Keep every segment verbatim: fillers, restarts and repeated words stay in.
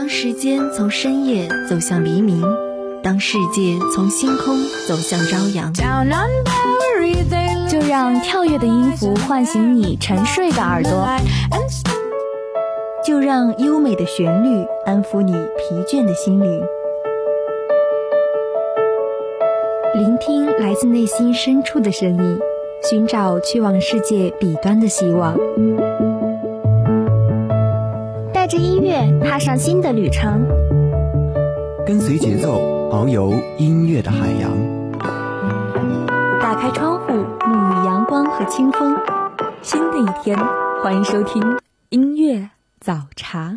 当时间从深夜走向黎明，当世界从星空走向朝阳， 就让跳跃的音符唤醒你沉睡的耳朵， 就让优美的旋律安抚你疲倦的心灵。聆听来自内心深处的声音，寻找去往世界彼端的希望。 带着音乐踏上新的旅程， 跟随节奏遨游音乐的海洋。 打开窗户，沐浴阳光和清风。新的一天，欢迎收听音乐早茶。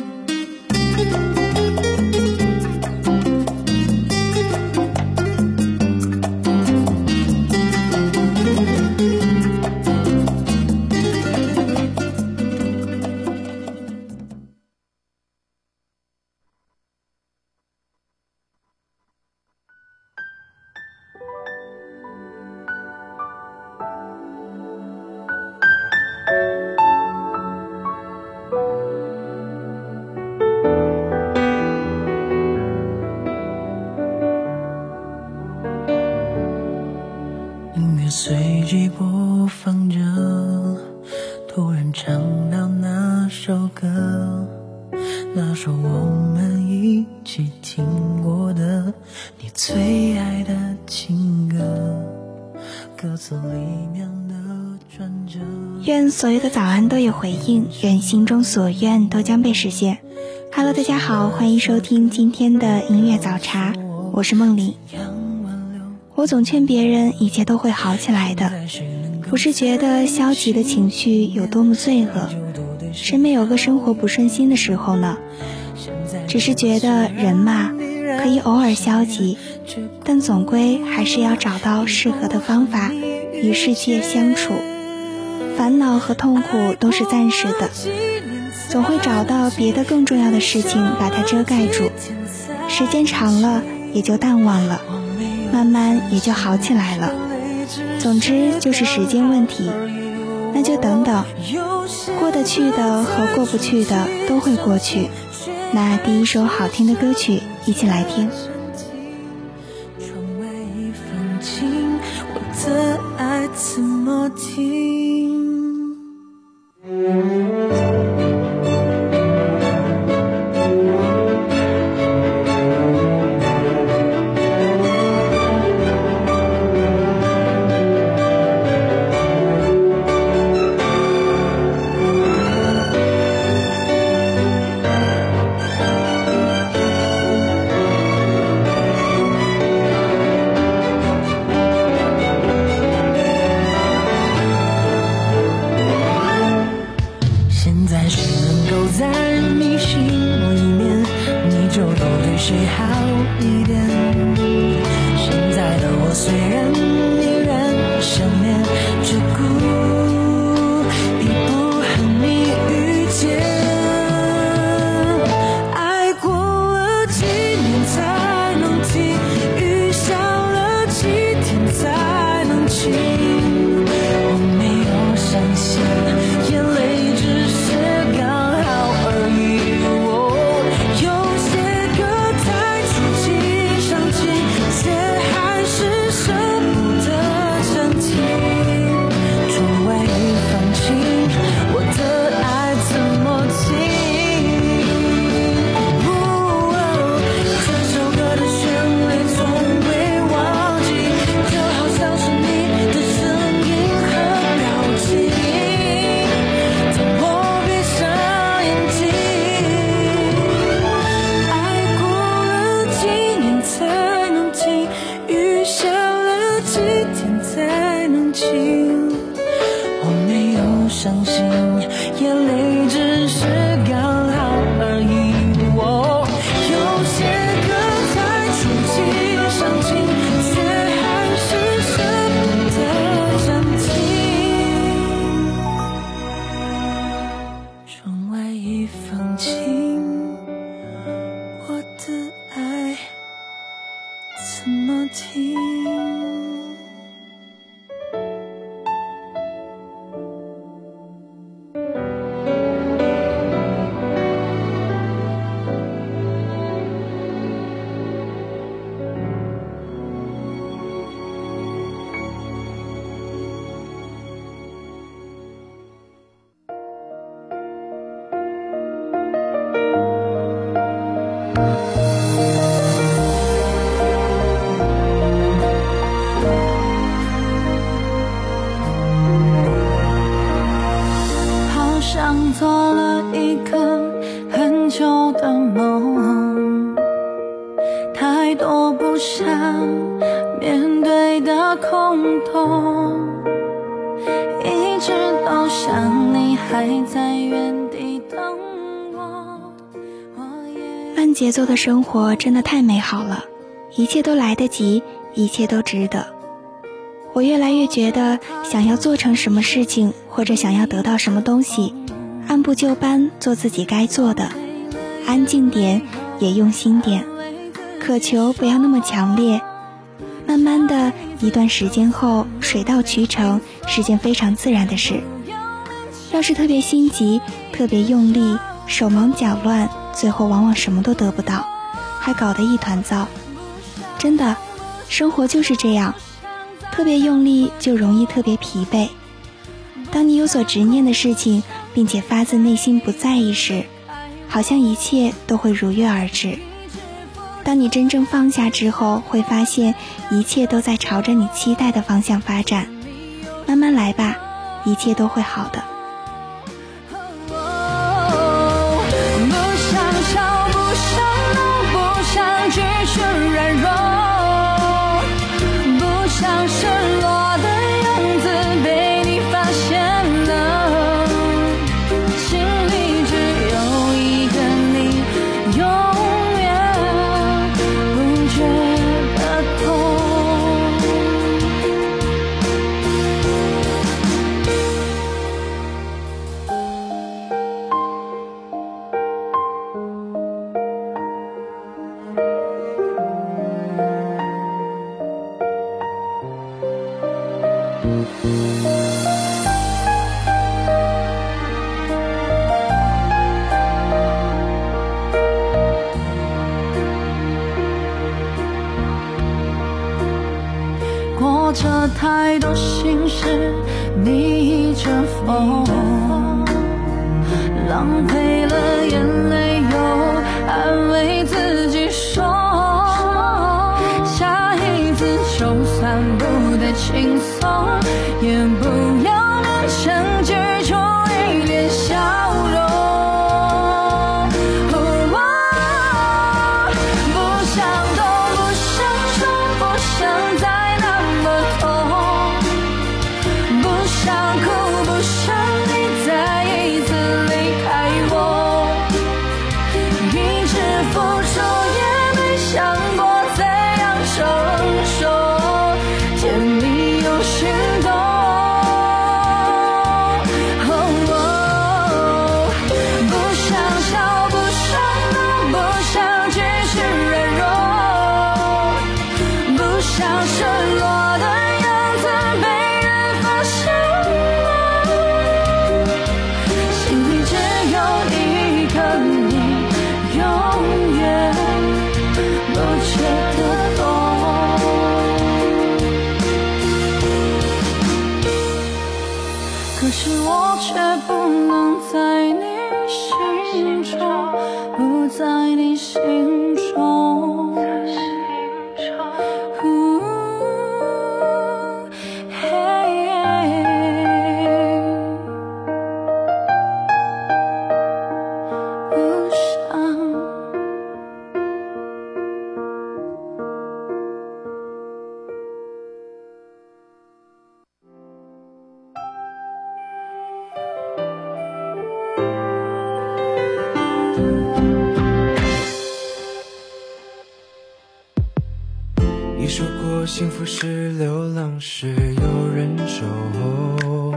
随即播放着，突然唱到那首歌，那首我们一起听过的你最爱的情歌，歌词里面的转折。 愿所有的早安都有回应，愿心中所愿都将被实现。Hello， 大家好，欢迎收听今天的音乐早茶，我是梦玲。我总劝别人一切都会好起来的，不是觉得消极的情绪有多么罪恶，谁没有个生活不顺心的时候呢？只是觉得人嘛，可以偶尔消极，但总归还是要找到适合的方法与世界相处。烦恼和痛苦都是暂时的，总会找到别的更重要的事情把它遮盖住，时间长了也就淡忘了，慢慢也就好起来了。总之就是时间问题，那就等等，过得去的和过不去的都会过去。那第一首好听的歌曲一起来听。 窗外一放晴，我的爱怎么停？谁好一点？现在的我虽然依然想念，却故意不和你遇见。爱过了几年才能停，雨下了几天才能晴。我没有伤心，眼泪只是刚好而已。伤心，眼泪只是刚好而已。我有些歌太触景伤情，却还是舍不得暂停。窗外一放晴，我的爱怎么停？ 像做了一个很久的梦，太多不想面对的空洞，一直都想你还在原地等我。 慢节奏的生活真的太美好了，一切都来得及，一切都值得。我越来越觉得，想要做成什么事情，或者想要得到什么东西，按部就班做自己该做的，安静点，也用心点，渴求不要那么强烈。慢慢的，一段时间后，水到渠成是件非常自然的事。要是特别心急，特别用力，手忙脚乱，最后往往什么都得不到，还搞得一团糟。真的，生活就是这样，特别用力就容易特别疲惫。当你有所执念的事情，并且发自内心不在意时，好像一切都会如约而至。当你真正放下之后，会发现一切都在朝着你期待的方向发展。慢慢来吧，一切都会好的。 不想笑，不想闹，不想继续软弱，不想失落的样子被你发现了，心里只有一个你，永远不觉得痛。过着太多心事，逆着风，浪费了眼泪，又安慰自己说，下一次就算不得轻松，也不要勉强拒绝一脸笑容。不想动，不想说，不想再不想哭，不想你再一次离开我，一直付出也没想过怎样成熟，见你有心动。哦，不想笑，不想闹，不想继续软弱，不想失落的样子被人发现。可是我却不能在你心中，不在你心中。不想你说过幸福是流浪，是有人守候，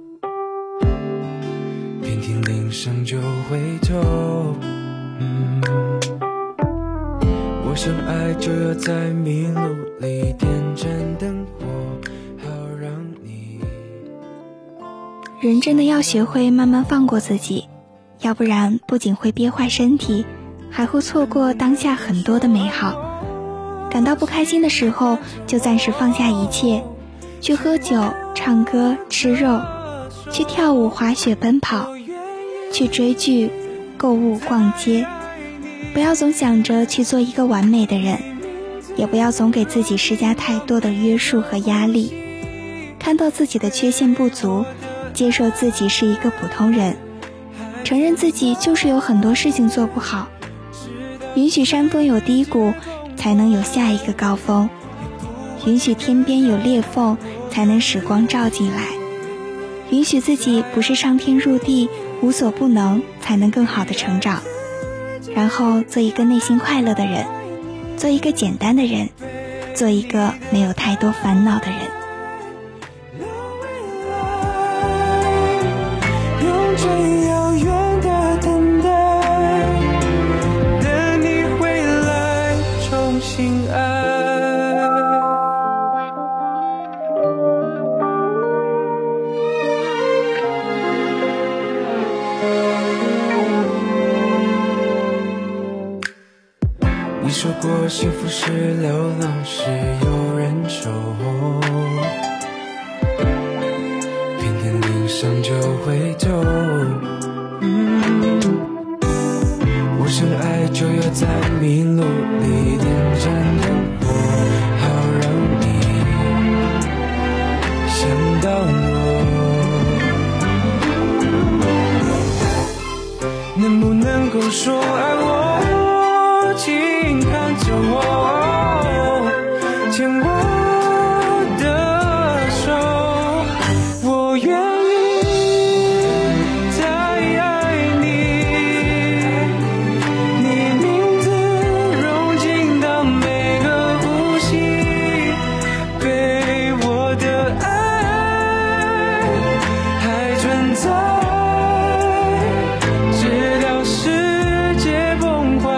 遍体鳞伤就回头。嗯，我想爱就要在迷路里点盏灯火，好让你。 人真的要学会慢慢放过自己，要不然不仅会憋坏身体，还会错过当下很多的美好。感到不开心的时候，就暂时放下一切，去喝酒、唱歌、吃肉，去跳舞、滑雪、奔跑，去追剧、购物、逛街。不要总想着去做一个完美的人，也不要总给自己施加太多的约束和压力。看到自己的缺陷不足，接受自己是一个普通人， 承认自己就是有很多事情做不好，允许山峰有低谷，才能有下一个高峰，允许天边有裂缝，才能使光照进来，允许自己不是上天入地无所不能，才能更好的成长，然后做一个内心快乐的人，做一个简单的人，做一个没有太多烦恼的人。 用最遥远的等待，等你回来重新爱。你说过幸福是流浪，是有人守候，偏偏淋上就回头。嗯，我想爱就要在迷路里点盏灯火，好让你想到我。能不能够说爱我，请看着我，牵我的手，我愿意再爱你，你名字融进到每个呼吸，被我的爱还存在，直到世界崩坏。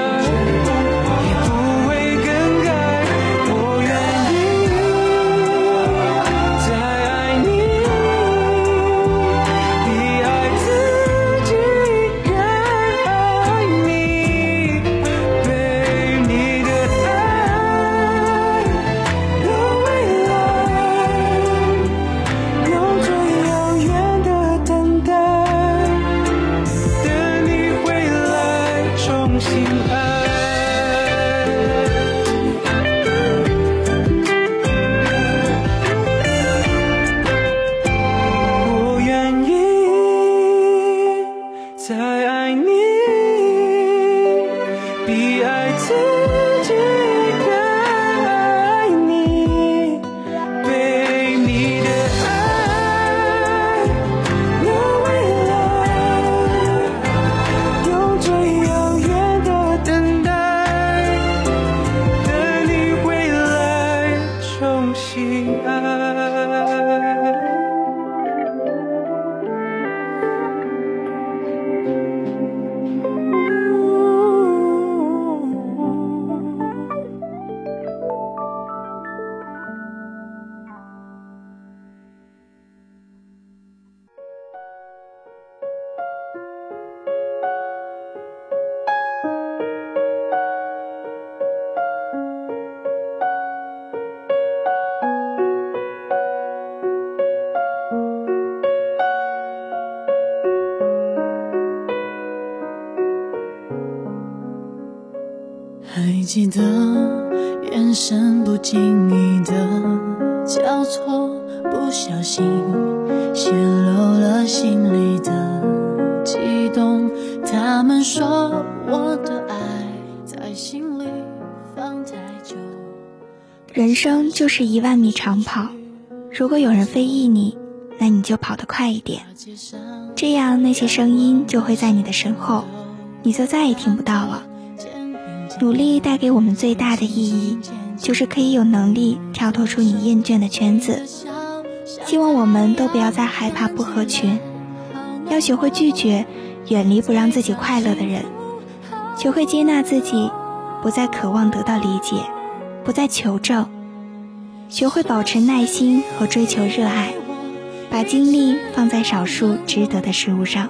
还记得眼神不经意的交错，不小心泄露了心里的悸动。他们说我的爱在心里放太久。 人生就是一万米长跑，如果有人非议你，那你就跑得快一点，这样那些声音就会在你的身后，你就再也听不到了。努力带给我们最大的意义，就是可以有能力跳脱出你厌倦的圈子。希望我们都不要再害怕不合群，要学会拒绝，远离不让自己快乐的人，学会接纳自己，不再渴望得到理解，不再求证，学会保持耐心和追求热爱，把精力放在少数值得的事物上。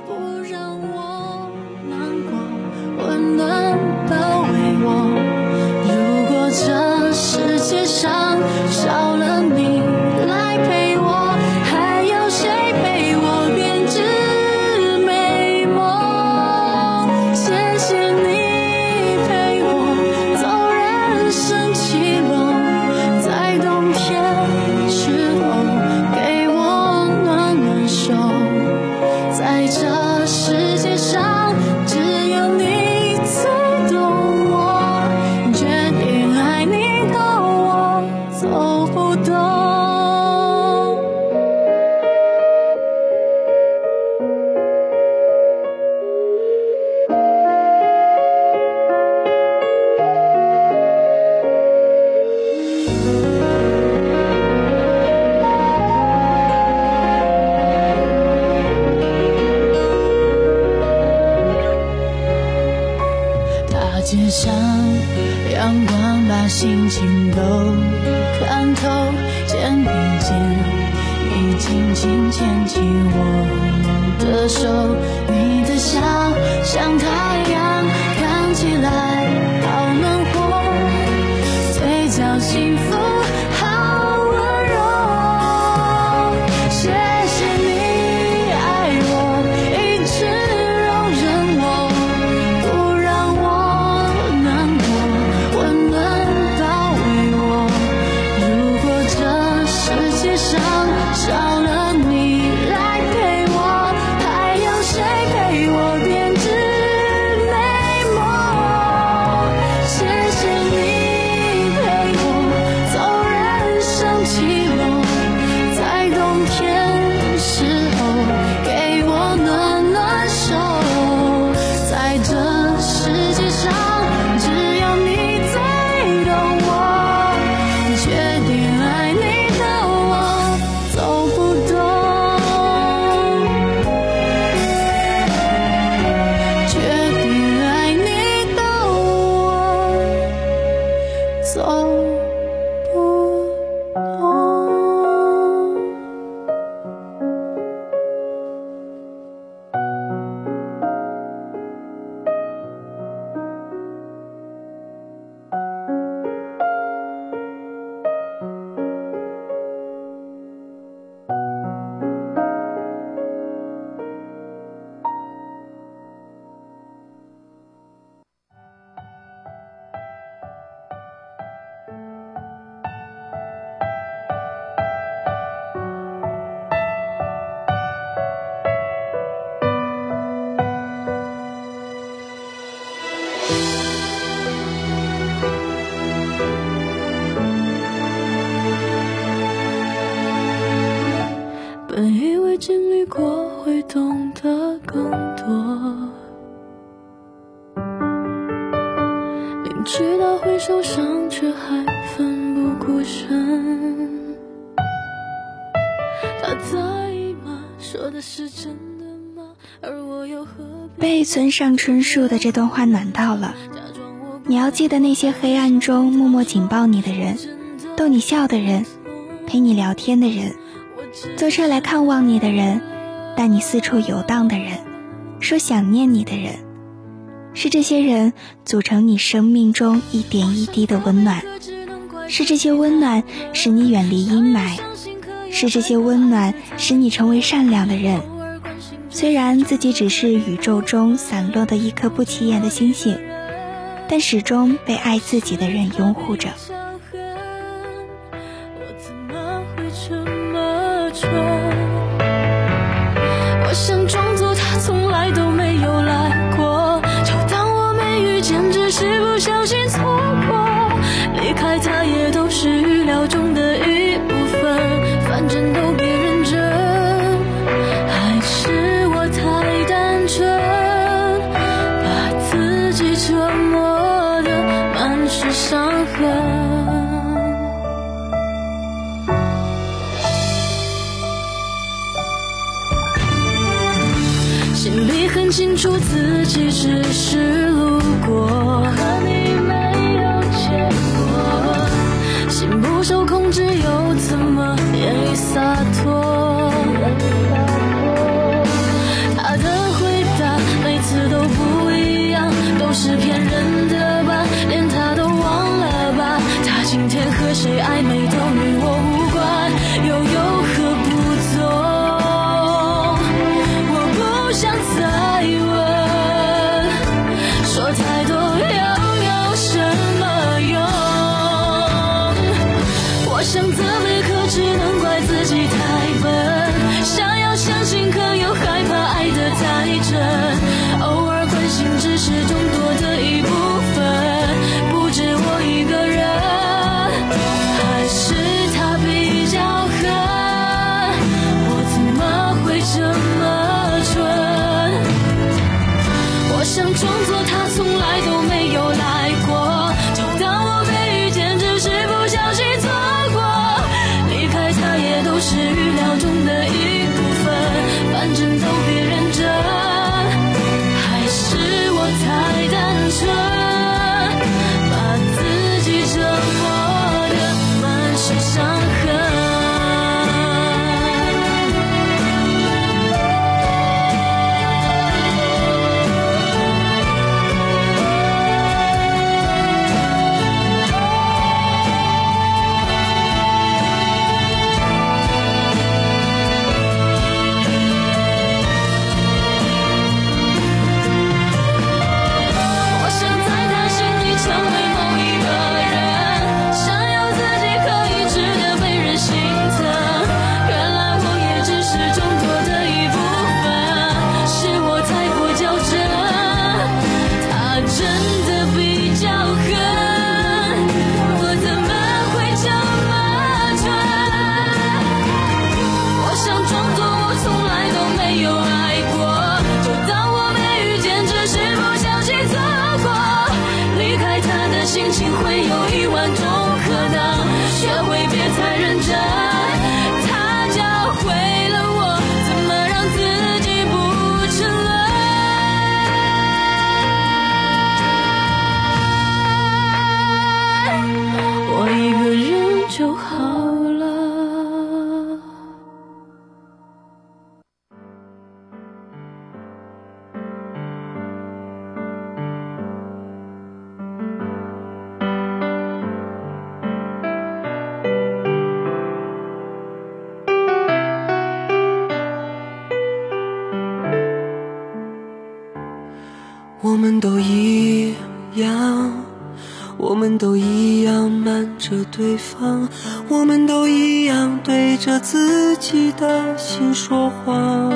温暖包围我，如果这世界上少了你来陪我，还有谁陪我编织美梦？谢谢你陪我走人生起落，在冬天时候给我暖暖手，在这街上，阳光把心情都看透，肩并肩，你轻轻牵起我的手，你的笑像太阳，看起来好暖和，嘴角幸福好温柔。谢谢你爱我，一直容忍我，不让我难过，温暖包围我。如果这世界上少了你来陪我，还有谁陪我编织美梦？谢谢你陪我走人生起落，在冬天时候给我暖暖手。在这世界上，只有你最懂我，决定爱你的我走不动，决定爱你的我走不动。本以为经历过会懂得更多，明知道会受伤，却还奋不顾身。他在意吗？说的是真的吗？而我又何必被村上春树的这段话暖到了。你要记得那些黑暗中默默紧抱你的人，逗你笑的人，陪你聊天的人，坐车来看望你的人，带你四处游荡的人，说想念你的人，是这些人组成你生命中一点一滴的温暖，是这些温暖使你远离阴霾，是这些温暖使你成为善良的人。虽然自己只是宇宙中散落的一颗不起眼的星星，但始终被爱自己的人拥护着。 我怎么会这么蠢？我想装作他从来都没有来过，就当我没遇见，只是不小心错过。离开他也都是预料中的一部分，反正都别认真。还是我太单纯，把自己折磨得满是伤痕。心里很清楚自己只是路过，和你没有结果，心不受控制又怎么愿意洒脱？他的回答每次都不一样，都是骗人的吧，连他都忘了吧。他今天和谁暧昧都与我无关，又有何不同？想再问，说太多又有什么用？我想责备，可只能怪自己太笨，想要相信，可又害怕爱得太真。偶尔关心只是众多的一部分，不止我一个人，还是他比较狠。我怎么会这么蠢？ 我们都一样，我们都一样瞒着对方，我们都一样对着自己的心说谎，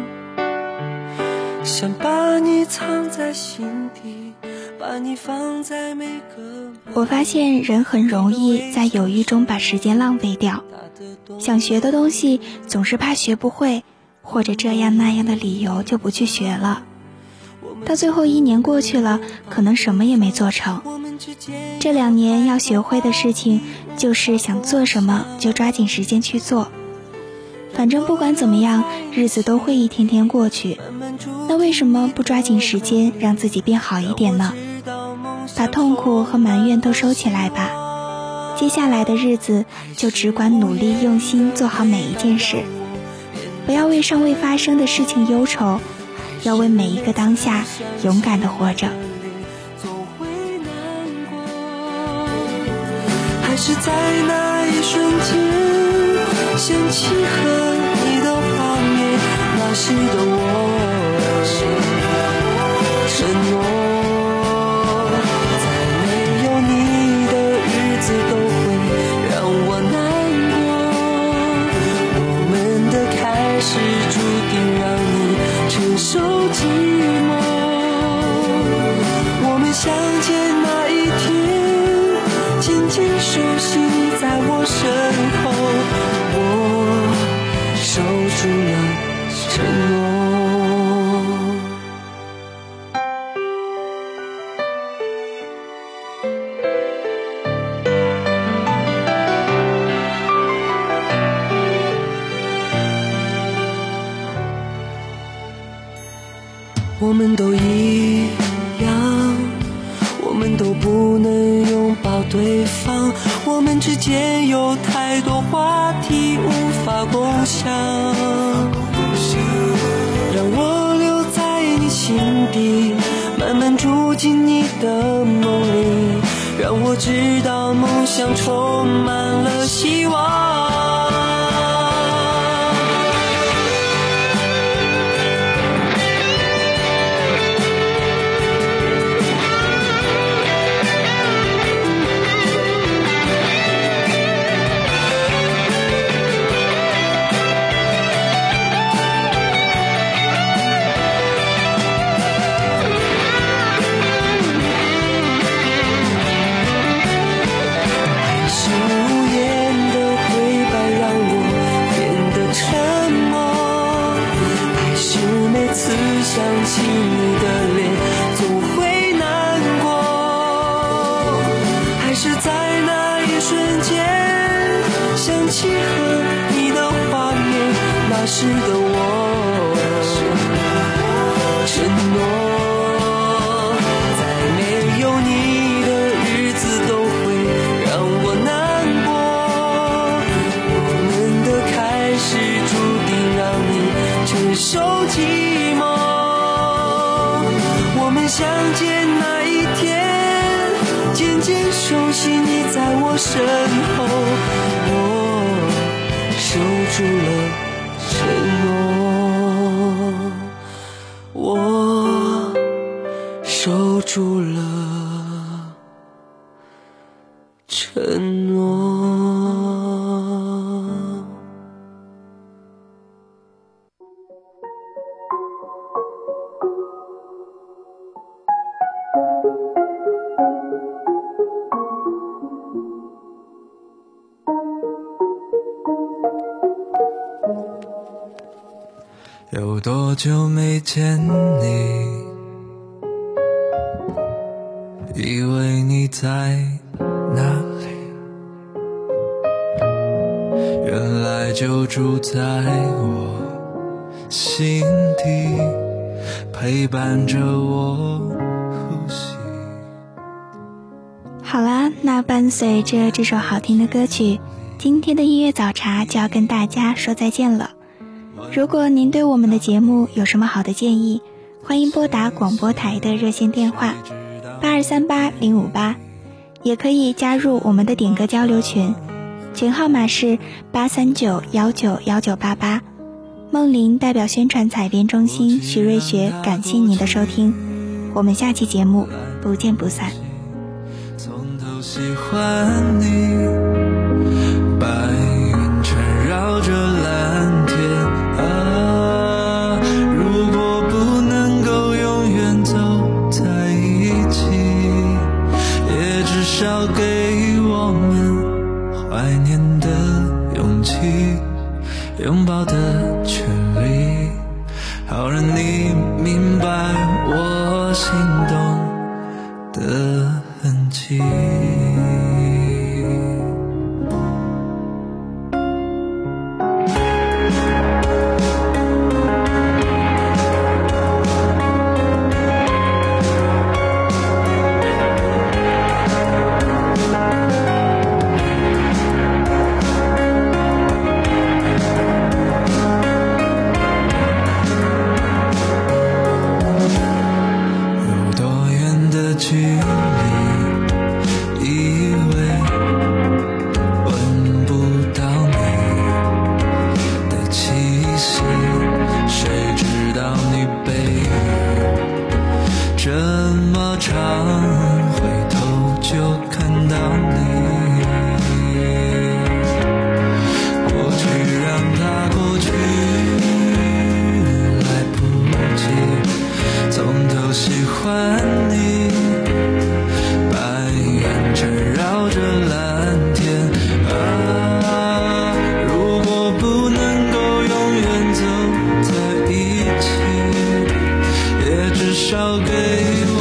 想把你藏在心底，把你放在每个。 我发现人很容易在犹豫中把时间浪费掉，想学的东西总是怕学不会，或者这样那样的理由就不去学了，到最后一年过去了，可能什么也没做成。这两年要学会的事情就是想做什么就抓紧时间去做，反正不管怎么样，日子都会一天天过去，那为什么不抓紧时间让自己变好一点呢？把痛苦和埋怨都收起来吧，接下来的日子就只管努力用心做好每一件事，不要为尚未发生的事情忧愁，要为每一个当下勇敢地活着。 还是在那一瞬间想起和你的画面，那时的我承诺在没有你的日子都会让我难过，我们的开始注定让你承受寂寞，我们相见那一天渐渐熟悉你在我身后，我守住了承诺。我们都一样，我们都不能拥抱对方，我们之间有太多话题无法共享，让我留在你心底，慢慢住进你的梦里，让我知道梦想充满了希望。想起你的脸总会难过，还是在那一瞬间想起和你的画面，那时的我承诺在没有你的日子都会让我难过，我们的开始注定让你承受寂寞，我们相见那一天渐渐熟悉你在我身后，我守住了承诺，我守住了承诺。有多久没见你，以为你在哪里，原来就住在我心底，陪伴着我呼吸。 好啦，那伴随着这首好听的歌曲，今天的音乐早茶就要跟大家说再见了。如果您对我们的节目有什么好的建议，欢迎拨打广播台的热线电话八二三八零五八，也可以加入我们的点歌交流群，群号码是八三九幺九幺九八八。梦玲代表宣传采编中心徐瑞学，感谢您的收听。 我们下期节目不见不散。 从头喜欢你，白云缠绕着蓝天啊，如果不能够永远走在一起，也至少给我们怀念的勇气，拥抱的权利，好让你明白我心动的痕迹。距离，以为闻不到你的气息，谁知道你背影这么长，回头就看到你。过去让它过去，来不及从头喜欢你，缠绕着蓝天啊，如果不能够永远走在一起，也至少给我